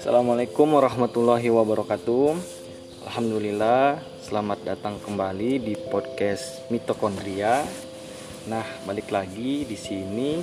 Assalamualaikum warahmatullahi wabarakatuh. Alhamdulillah, selamat datang kembali di podcast Mitokondria. Nah, balik lagi di sini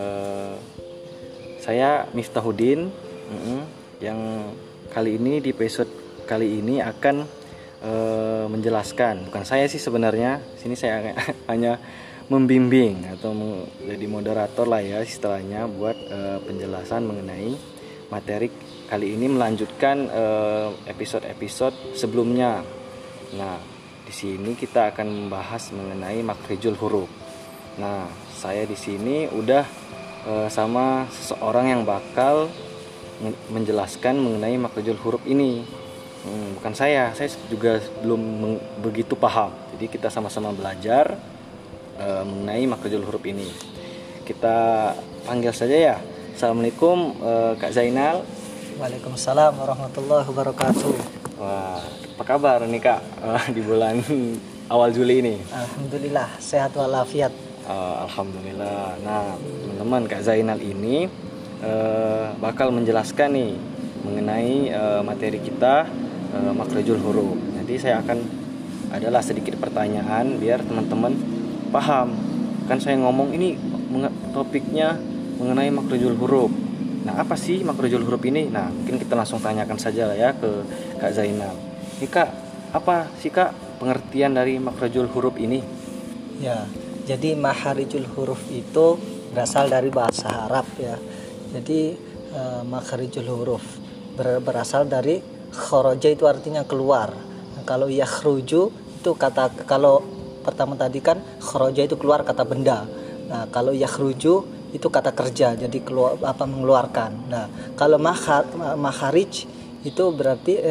saya Miftahudin yang kali ini di episode kali ini akan menjelaskan. Bukan saya sih sebenarnya, sini saya hanya membimbing atau menjadi moderator lah ya istilahnya buat penjelasan mengenai materi kali ini, melanjutkan episode-episode sebelumnya. Nah, di sini kita akan membahas mengenai makrijul huruf. Nah, saya di sini udah sama seseorang yang bakal menjelaskan mengenai makrijul huruf ini. Bukan saya juga belum begitu paham. Jadi kita sama-sama belajar mengenai makrijul huruf ini. Kita panggil saja ya. Assalamualaikum Kak Zainal. Waalaikumsalam warahmatullahi wabarakatuh. Wah, apa kabar nih Kak di bulan awal Juli ini? Alhamdulillah sehat walafiat. Alhamdulillah. Nah, teman-teman, Kak Zainal ini bakal menjelaskan nih mengenai materi kita makrijul huruf. Nanti saya akan adalah sedikit pertanyaan biar teman-teman paham. Kan saya ngomong ini topiknya mengenai makrijul huruf. Nah, apa sih makrijul huruf ini? Nah, mungkin kita langsung tanyakan saja lah ya ke Kak Zainal. Nih Kak, apa sih Kak pengertian dari makrijul huruf ini? Ya, jadi makharijul huruf itu berasal dari bahasa Arab ya. Jadi makharijul huruf berasal dari kharaja, itu artinya keluar. Nah, kalau yakhruju itu kalau pertama tadi kan kharaja itu keluar kata benda. Nah, kalau yakhruju itu kata kerja, jadi mengeluarkan. Nah, kalau makharij itu berarti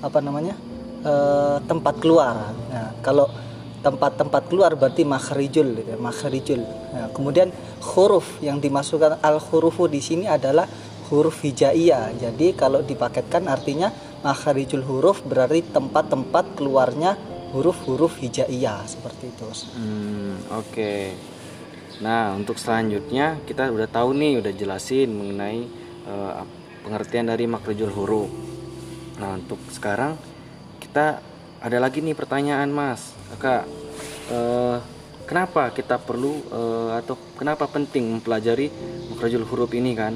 tempat keluar. Nah, kalau tempat keluar berarti makharijul, makharijul. Nah, kemudian huruf yang dimasukkan al-hurufu di sini adalah huruf hijaiyah. Jadi kalau dipaketkan artinya makharijul huruf berarti tempat-tempat keluarnya huruf-huruf hijaiyah, seperti itu. Oke. Nah, untuk selanjutnya kita udah tahu nih, udah jelasin mengenai pengertian dari makrijul huruf. Nah, untuk sekarang kita ada lagi nih pertanyaan Mas, Kak. Kenapa kita perlu atau kenapa penting mempelajari makrijul huruf ini kan?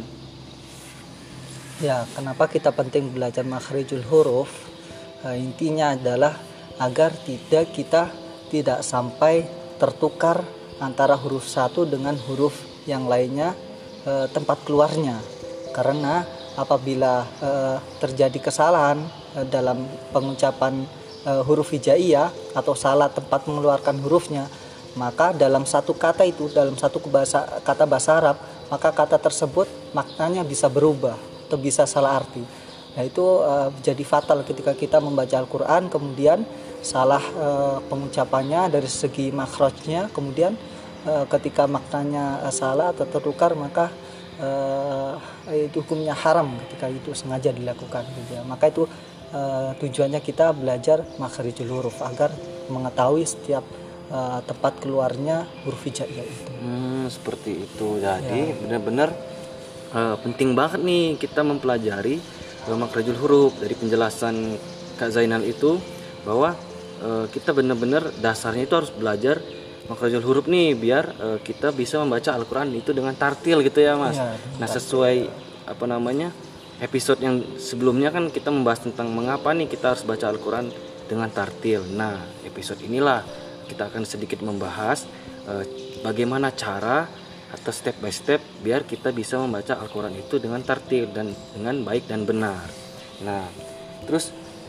Ya, kenapa kita penting belajar makrijul huruf? Intinya adalah agar kita tidak sampai tertukar antara huruf satu dengan huruf yang lainnya tempat keluarnya. Karena apabila terjadi kesalahan dalam pengucapan huruf hijaiyah atau salah tempat mengeluarkan hurufnya, maka dalam satu kata itu, dalam satu kata bahasa Arab, maka kata tersebut maknanya bisa berubah atau bisa salah arti. Nah, itu jadi fatal ketika kita membaca Al-Quran kemudian salah pengucapannya dari segi makhrajnya, kemudian ketika maknanya salah atau tertukar, maka itu hukumnya haram ketika itu sengaja dilakukan gitu. Maka itu tujuannya kita belajar makharijul huruf agar mengetahui setiap tempat keluarnya huruf hijaiyah itu. Seperti itu. Jadi benar-benar penting banget nih kita mempelajari makharijul huruf. Dari penjelasan Kak Zainal itu bahwa kita benar-benar dasarnya itu harus belajar makharijul huruf nih biar kita bisa membaca Al-Quran itu dengan tartil gitu ya Mas. Nah, sesuai episode yang sebelumnya kan kita membahas tentang mengapa nih kita harus baca Al-Quran dengan tartil. Nah, episode inilah kita akan sedikit membahas bagaimana cara atau step by step biar kita bisa membaca Al-Quran itu dengan tartil dan dengan baik dan benar. Nah, terus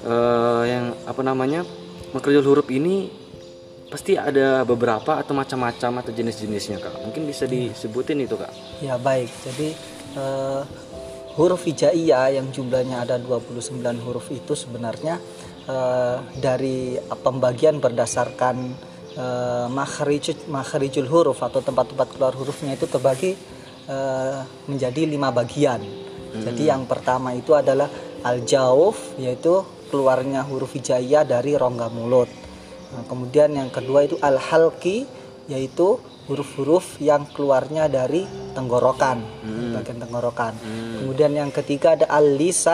makharijul huruf ini pasti ada beberapa atau macam-macam atau jenis-jenisnya Kak. Mungkin bisa disebutin itu Kak. Ya, baik. Jadi huruf hijaiyah yang jumlahnya ada 29 huruf itu sebenarnya dari pembagian berdasarkan makharijul huruf atau tempat-tempat keluar hurufnya itu terbagi menjadi 5 bagian. Jadi yang pertama itu adalah al-jauf, yaitu keluarnya huruf hijaiyah dari rongga mulut. Nah, kemudian yang kedua itu al-halqi, yaitu huruf-huruf yang keluarnya dari tenggorokan, bagian tenggorokan. Kemudian yang ketiga ada al-lisan,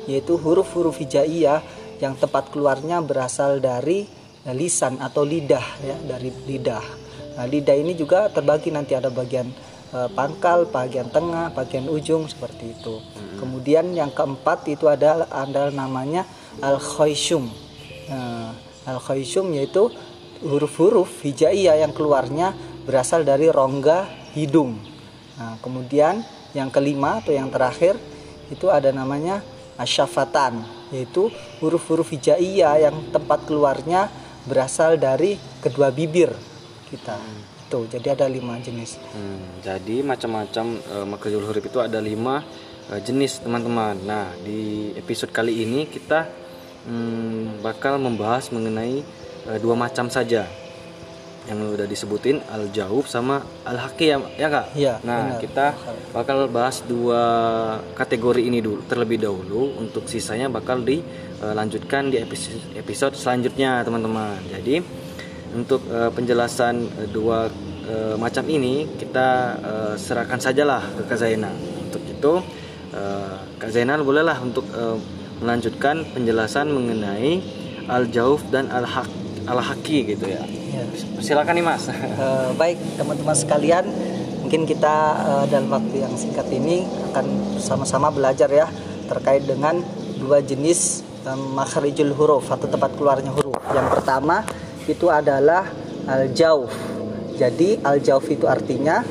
yaitu huruf-huruf hijaiyah yang tempat keluarnya berasal dari lisan atau lidah ya, dari lidah. Nah, lidah ini juga terbagi, nanti ada bagian pangkal, bagian tengah, bagian ujung seperti itu. Kemudian yang keempat itu ada namanya al-khayshum. Al-khayshum yaitu huruf-huruf hijaiyah yang keluarnya berasal dari rongga hidung. Nah, kemudian yang kelima atau yang terakhir itu ada namanya asyafatan, yaitu huruf-huruf hijaiyah yang tempat keluarnya berasal dari kedua bibir kita. Tuh, jadi ada 5 jenis. Jadi macam-macam makhrajul huruf itu ada 5 jenis, teman-teman. Nah, di episode kali ini kita bakal membahas mengenai 2 macam saja yang udah disebutin, al-jauf sama al-haqi ya Kak? Ya, nah, benar. kita bakal bahas 2 kategori ini dulu terlebih dahulu. Untuk sisanya bakal dilanjutkan di episode selanjutnya, teman-teman. Jadi untuk penjelasan 2 macam ini kita serahkan sajalah ke Kak Zainal. Untuk itu Kak Zainal bolehlah untuk melanjutkan penjelasan mengenai al-jauf dan al-haqi gitu ya. Silakan nih Mas. Baik teman-teman sekalian, mungkin kita dalam waktu yang singkat ini akan sama-sama belajar ya terkait dengan 2 jenis makhrijul huruf atau tempat keluarnya huruf. Yang pertama itu adalah al-jauf. Jadi al-jauf itu artinya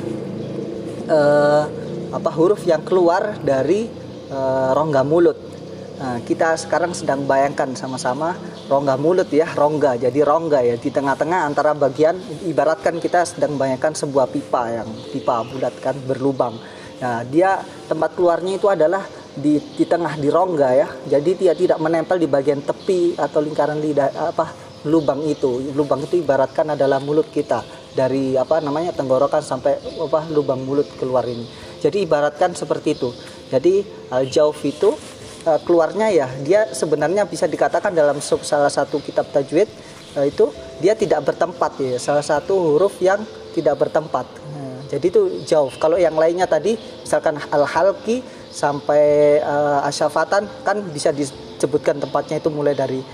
huruf yang keluar dari rongga mulut. Nah, kita sekarang sedang bayangkan sama-sama rongga mulut ya, rongga. Jadi rongga ya di tengah-tengah antara bagian, ibaratkan kita sedang bayangkan sebuah pipa bulat kan, berlubang. Nah, dia tempat keluarnya itu adalah di tengah, di rongga ya. Jadi dia tidak menempel di bagian tepi atau lingkaran lidah lubang itu. Lubang itu ibaratkan adalah mulut kita, dari tenggorokan sampai lubang mulut keluar ini. Jadi ibaratkan seperti itu. Jadi al-jauf itu keluarnya ya, dia sebenarnya bisa dikatakan dalam salah satu kitab tajwid itu dia tidak bertempat ya, salah satu huruf yang tidak bertempat. Jadi itu jauf. Kalau yang lainnya tadi misalkan al-halqi sampai asyafatan kan bisa disebutkan tempatnya itu mulai dari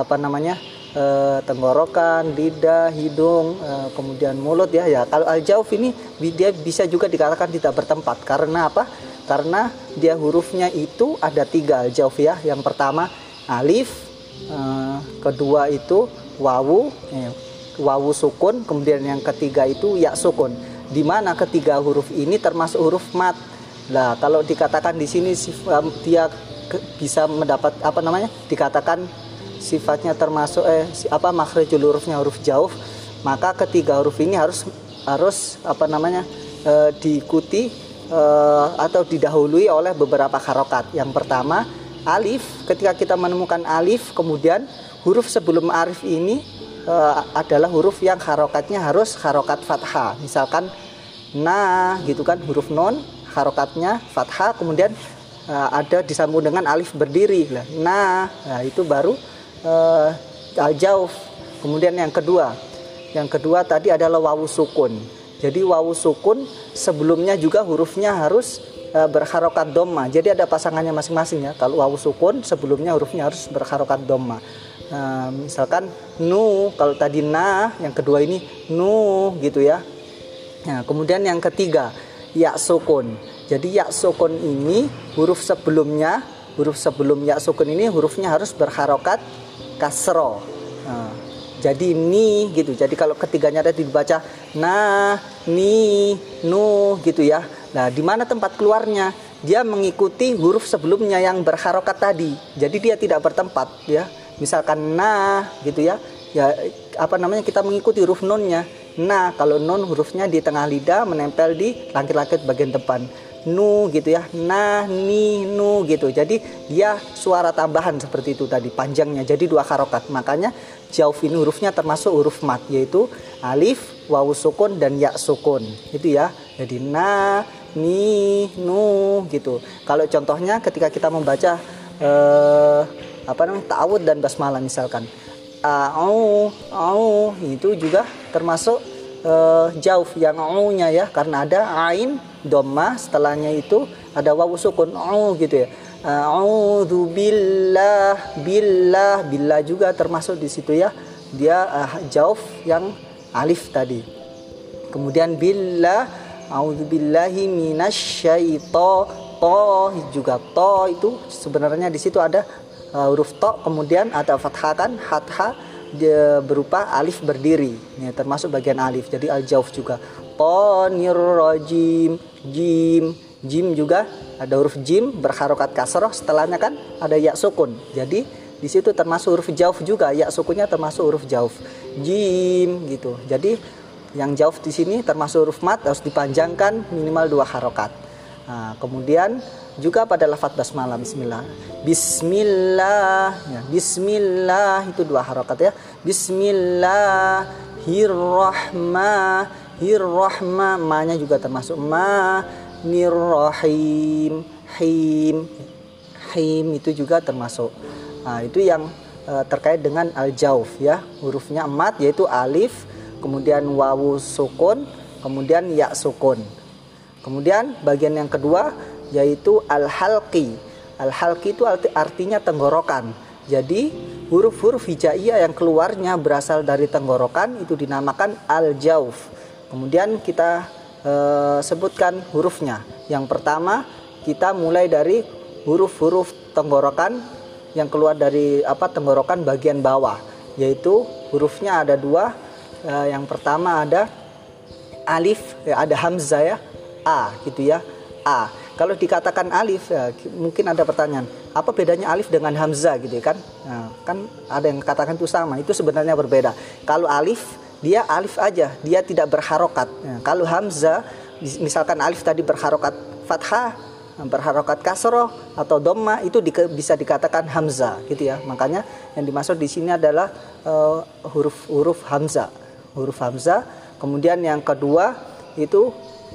tenggorokan, lidah, hidung, kemudian mulut ya. Kalau al-jauf ini dia bisa juga dikatakan tidak bertempat. Karena apa? Karena dia hurufnya itu ada 3 al-jauf ya. Yang pertama alif, kedua itu wawu sukun, kemudian yang ketiga itu ya sukun. Di mana ketiga huruf ini termasuk huruf mat. Nah, kalau dikatakan di sini dia bisa mendapat dikatakan sifatnya termasuk makhrajul hurufnya huruf jauf, maka ketiga huruf ini harus diikuti atau didahului oleh beberapa harokat. Yang pertama alif, ketika kita menemukan alif, kemudian huruf sebelum alif ini adalah huruf yang harokatnya harus harokat fathah. Misalkan na gitu kan, huruf non harokatnya fathah, kemudian ada disambung dengan alif berdiri lah. Nah itu baru al-jauf. Kemudian yang kedua tadi adalah wawu sukun. Jadi wawu sukun sebelumnya juga hurufnya harus berharokat dhamma. Jadi ada pasangannya masing-masing ya. Kalau wawu sukun sebelumnya hurufnya harus berharokat dhamma. Misalkan nu, kalau tadi na, yang kedua ini nu gitu ya. Nah, kemudian yang ketiga ya sukun. Jadi ya sukun ini huruf sebelum ya sukun ini hurufnya harus berharokat kasro. Jadi ni gitu. Jadi kalau ketiganya tadi dibaca na, ni, nu gitu ya. Nah, di mana tempat keluarnya? Dia mengikuti huruf sebelumnya yang berharokat tadi. Jadi dia tidak bertempat ya. Misalkan na gitu ya. Ya kita mengikuti huruf nunnya. Nah, kalau nun hurufnya di tengah lidah menempel di langkit-langkit bagian depan. Nu gitu ya, na, ni, nu gitu. Jadi dia suara tambahan seperti itu tadi, panjangnya. Jadi 2 harokat. Makanya jauf ini hurufnya termasuk huruf mat, yaitu alif, wawu sukun, dan ya sukun. Itu ya. Jadi na, ni, nu gitu. Kalau contohnya ketika kita membaca ta'awud dan basmalah misalkan. Au itu juga termasuk jauf yang au-nya ya, karena ada ain dhammah, setelahnya itu ada wawu sukun gitu ya. a'udzu billah juga termasuk di situ ya. Dia jauf yang alif tadi. Kemudian billah, a'udzu billahi minasyaitonir, juga to itu sebenarnya di situ ada huruf to, kemudian ada fathah kan, fathah berupa alif berdiri. Ini termasuk bagian alif. Jadi al-jauf juga. Tonir rajim, jim juga ada huruf jim berharokat kasroh, setelahnya kan ada ya sukun. Jadi di situ termasuk huruf jauf juga, ya sukunnya termasuk huruf jauf. Jim gitu. Jadi yang jauf di sini termasuk huruf mat, harus dipanjangkan minimal 2 harokat. Nah, kemudian juga pada lafadz basmalah, bismillah. Bismillah, ya, bismillah itu 2 harokat ya. Bismillahirrahmanirrahim, ma-nya juga termasuk ma. Nirrahim, him itu juga termasuk. Nah, itu yang terkait dengan al-jauf ya. Hurufnya 4 yaitu alif, kemudian wawu sukun, kemudian ya sukun. Kemudian bagian yang kedua yaitu al-halqi. Al-halqi itu artinya tenggorokan. Jadi huruf-huruf hijaiyah yang keluarnya berasal dari tenggorokan itu dinamakan al-jauf. Kemudian kita sebutkan hurufnya. Yang pertama kita mulai dari huruf-huruf tenggorokan yang keluar dari tenggorokan bagian bawah, yaitu hurufnya ada 2. Yang pertama ada alif, ada hamzah ya, a gitu ya, a. Kalau dikatakan alif ya, mungkin ada pertanyaan, apa bedanya alif dengan hamzah gitu ya kan? Nah, kan ada yang katakan itu sama, itu sebenarnya berbeda. Kalau alif dia alif aja, dia tidak berharokat. Nah, kalau hamzah, misalkan alif tadi berharokat fathah, berharokat kasroh atau dhamma, itu bisa dikatakan hamzah, gitu ya. Makanya yang dimaksud di sini adalah huruf hamzah, huruf hamzah. Kemudian yang kedua itu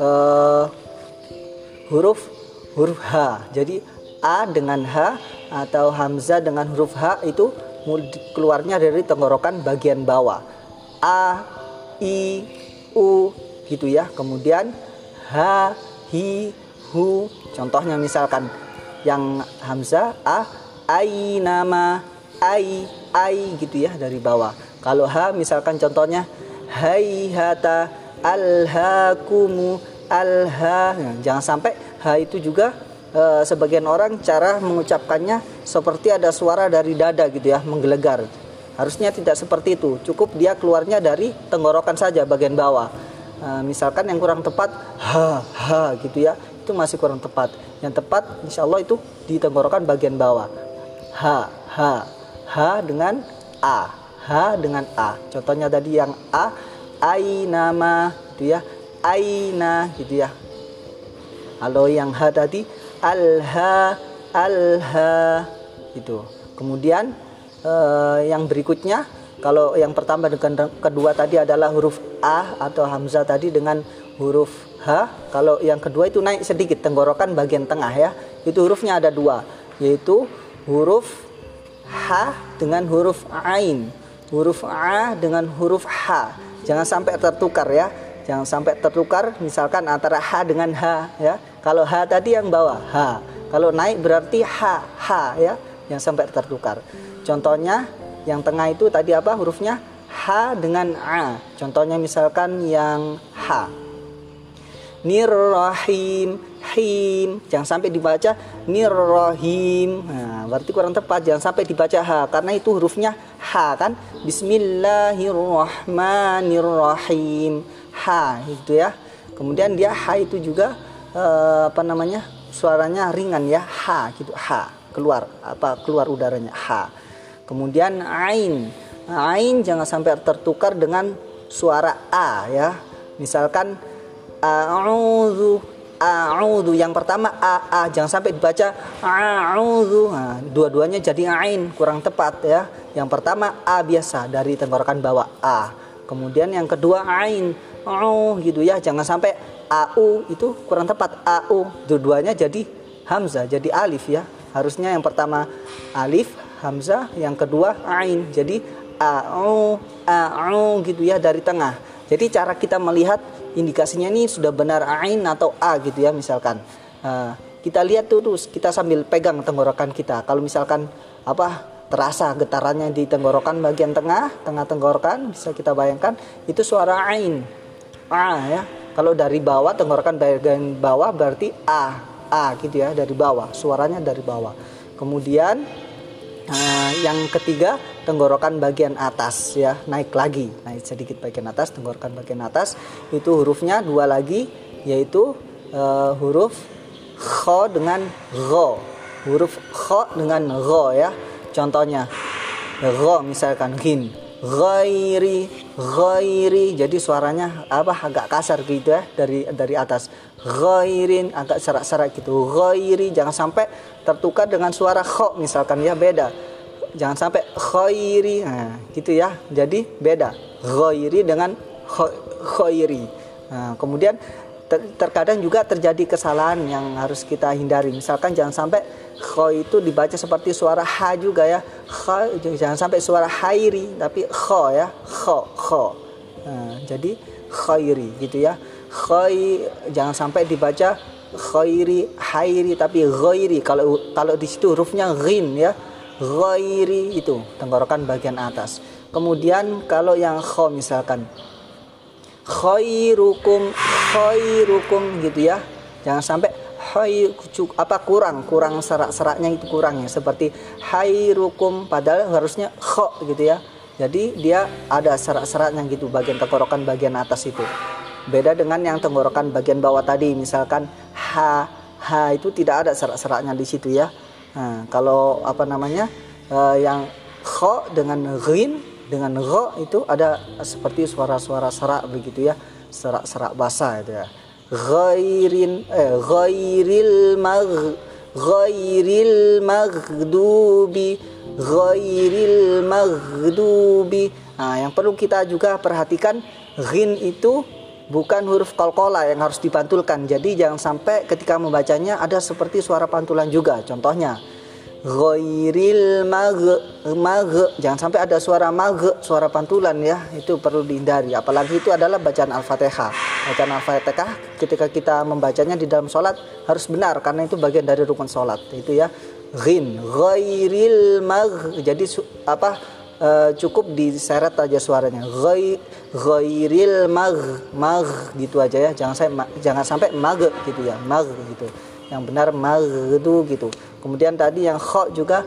huruf H. Jadi a dengan h atau hamzah dengan huruf h itu keluarnya dari tenggorokan bagian bawah. A, I, U gitu ya. Kemudian H, Hi, Hu. Contohnya misalkan yang hamzah A, ai nama, ai gitu ya dari bawah. Kalau H misalkan contohnya haihata, alhaakumu, alha. Nah, jangan sampai H itu juga sebagian orang cara mengucapkannya seperti ada suara dari dada gitu ya, menggelegar. Harusnya tidak seperti itu. Cukup dia keluarnya dari tenggorokan saja bagian bawah. Misalkan yang kurang tepat ha gitu ya, itu masih kurang tepat. Yang tepat insya Allah itu di tenggorokan bagian bawah. Ha dengan a, ha dengan a. Contohnya tadi yang a, ainama gitu ya, aina gitu ya. Kalau yang ha tadi alha gitu. Kemudian yang berikutnya, kalau yang pertama dengan kedua tadi adalah huruf A atau hamzah tadi dengan huruf H. Kalau yang kedua itu naik sedikit tenggorokan bagian tengah ya. Itu hurufnya ada 2, yaitu huruf H dengan huruf Ain, huruf A dengan huruf H. Jangan sampai tertukar ya. Jangan sampai tertukar misalkan antara H dengan H ya. Kalau H tadi yang bawah H, kalau naik berarti H ya. Jangan sampai tertukar. Contohnya yang tengah itu tadi apa hurufnya? H dengan A. Contohnya misalkan yang H. Nirrahim, him. Jangan sampai dibaca nirrahim. Nah, berarti kurang tepat. Jangan sampai dibaca H karena itu hurufnya H kan. Bismillahirrahmanirrahim. H itu ya. Kemudian dia H itu juga suaranya ringan ya. H gitu. H keluar udaranya H. Kemudian ain jangan sampai tertukar dengan suara a ya. Misalkan a'udzu, yang pertama a jangan sampai dibaca a'udzu. Nah, dua-duanya jadi ain, kurang tepat ya. Yang pertama a biasa dari tenggorokan bawah a. Kemudian yang kedua ain gitu ya. Jangan sampai au, itu kurang tepat au. Dua-duanya jadi hamzah, jadi alif ya. Harusnya yang pertama alif hamzah, yang kedua ain. Jadi a'u gitu ya dari tengah. Jadi cara kita melihat indikasinya ini sudah benar ain atau a gitu ya misalkan. kita lihat terus, kita sambil pegang tenggorokan kita. Kalau misalkan terasa getarannya di tenggorokan bagian tengah tenggorokan, bisa kita bayangkan itu suara ain. Ya. Kalau dari bawah, tenggorokan bagian bawah berarti a gitu ya, dari bawah, suaranya dari bawah. Kemudian yang ketiga, tenggorokan bagian atas ya, naik sedikit bagian atas, tenggorokan bagian atas itu hurufnya 2 lagi, yaitu huruf kho dengan gho. Huruf kho dengan gho ya. Contohnya gho misalkan ghin, ghairi, jadi suaranya agak kasar gitu ya, dari atas. Ghairin agak serak-serak gitu. Ghairi, jangan sampai tertukar dengan suara kho misalkan ya, beda. Jangan sampai khairi, gitu ya. Jadi beda. Ghairi dengan khairi. Kemudian terkadang juga terjadi kesalahan yang harus kita hindari. Misalkan jangan sampai kho itu dibaca seperti suara ha juga ya. Jangan sampai suara hairi, tapi kho ya, kho. Jadi khairi gitu ya. Jangan sampai dibaca khairi, hairi, tapi ghairi. Kalau di situ hurufnya ghin ya, ghairi itu tenggorokan bagian atas. Kemudian kalau yang kho misalkan khairukum gitu ya, jangan sampai kurang serak-seraknya itu kurang ya, seperti hairukum, padahal harusnya kho gitu ya. Jadi dia ada serak-seraknya gitu bagian tenggorokan bagian atas itu. Beda dengan yang tenggorokan bagian bawah tadi, misalkan ha itu tidak ada serak-seraknya di situ ya. Kalau yang kho dengan ghin dengan gho itu ada seperti suara-suara serak begitu ya, serak-serak basah itu ya. Ghairil maghdubi. Yang perlu kita juga perhatikan, ghin itu bukan huruf qalqalah yang harus dipantulkan. Jadi jangan sampai ketika membacanya ada seperti suara pantulan juga. Contohnya ghairil jangan sampai ada suara suara pantulan ya, itu perlu dihindari. Apalagi itu adalah bacaan Al-Fatihah. Bacaan Al-Fatihah ketika kita membacanya di dalam sholat harus benar, karena itu bagian dari rukun sholat itu ya. Ghin, ghairil jadi cukup diseret aja suaranya, ghairil gitu aja ya, jangan sampai gitu ya, gitu. Yang benar maghdu gitu. Kemudian tadi yang kha juga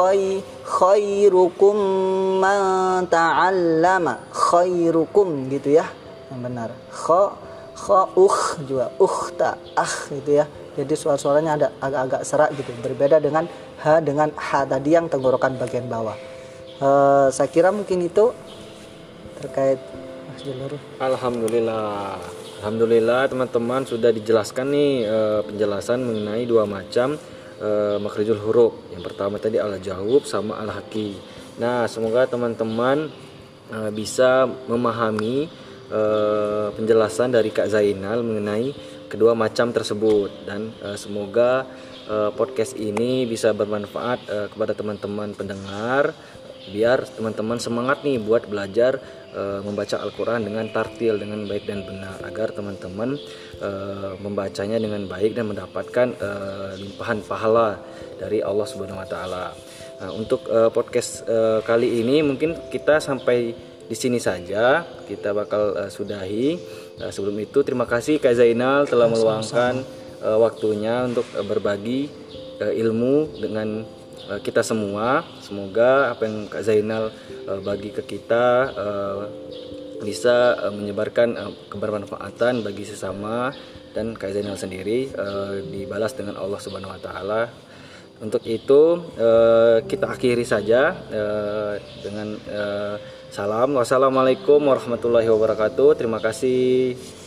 khairukum man ta'allama, khairukum gitu ya, yang benar. Kha juga ukhta gitu ya. Jadi suaranya ada agak-agak serak gitu, berbeda dengan ha tadi yang tenggorokan bagian bawah. Saya kira mungkin itu terkait Mas Jalur. Alhamdulillah teman-teman sudah dijelaskan nih penjelasan mengenai 2 macam makhrijul huruf. Yang pertama tadi al-jahub sama al-haqi. Nah, semoga teman-teman bisa memahami penjelasan dari Kak Zainal mengenai kedua macam tersebut, dan semoga podcast ini bisa bermanfaat kepada teman-teman pendengar, biar teman-teman semangat nih buat belajar membaca Al-Quran dengan tartil, dengan baik dan benar, agar teman-teman membacanya dengan baik dan mendapatkan limpahan pahala dari Allah Subhanahu wa taala. Nah, untuk podcast kali ini mungkin kita sampai di sini saja, kita bakal sudahi. Sebelum itu terima kasih Kak Zainal telah meluangkan waktunya untuk berbagi ilmu dengan kita semua. Semoga apa yang Kak Zainal bagi ke kita bisa menyebarkan kebermanfaatan bagi sesama, dan Kak Zainal sendiri dibalas dengan Allah Subhanahu wa taala. Untuk itu kita akhiri saja dengan salam. Wassalamualaikum warahmatullahi wabarakatuh. Terima kasih.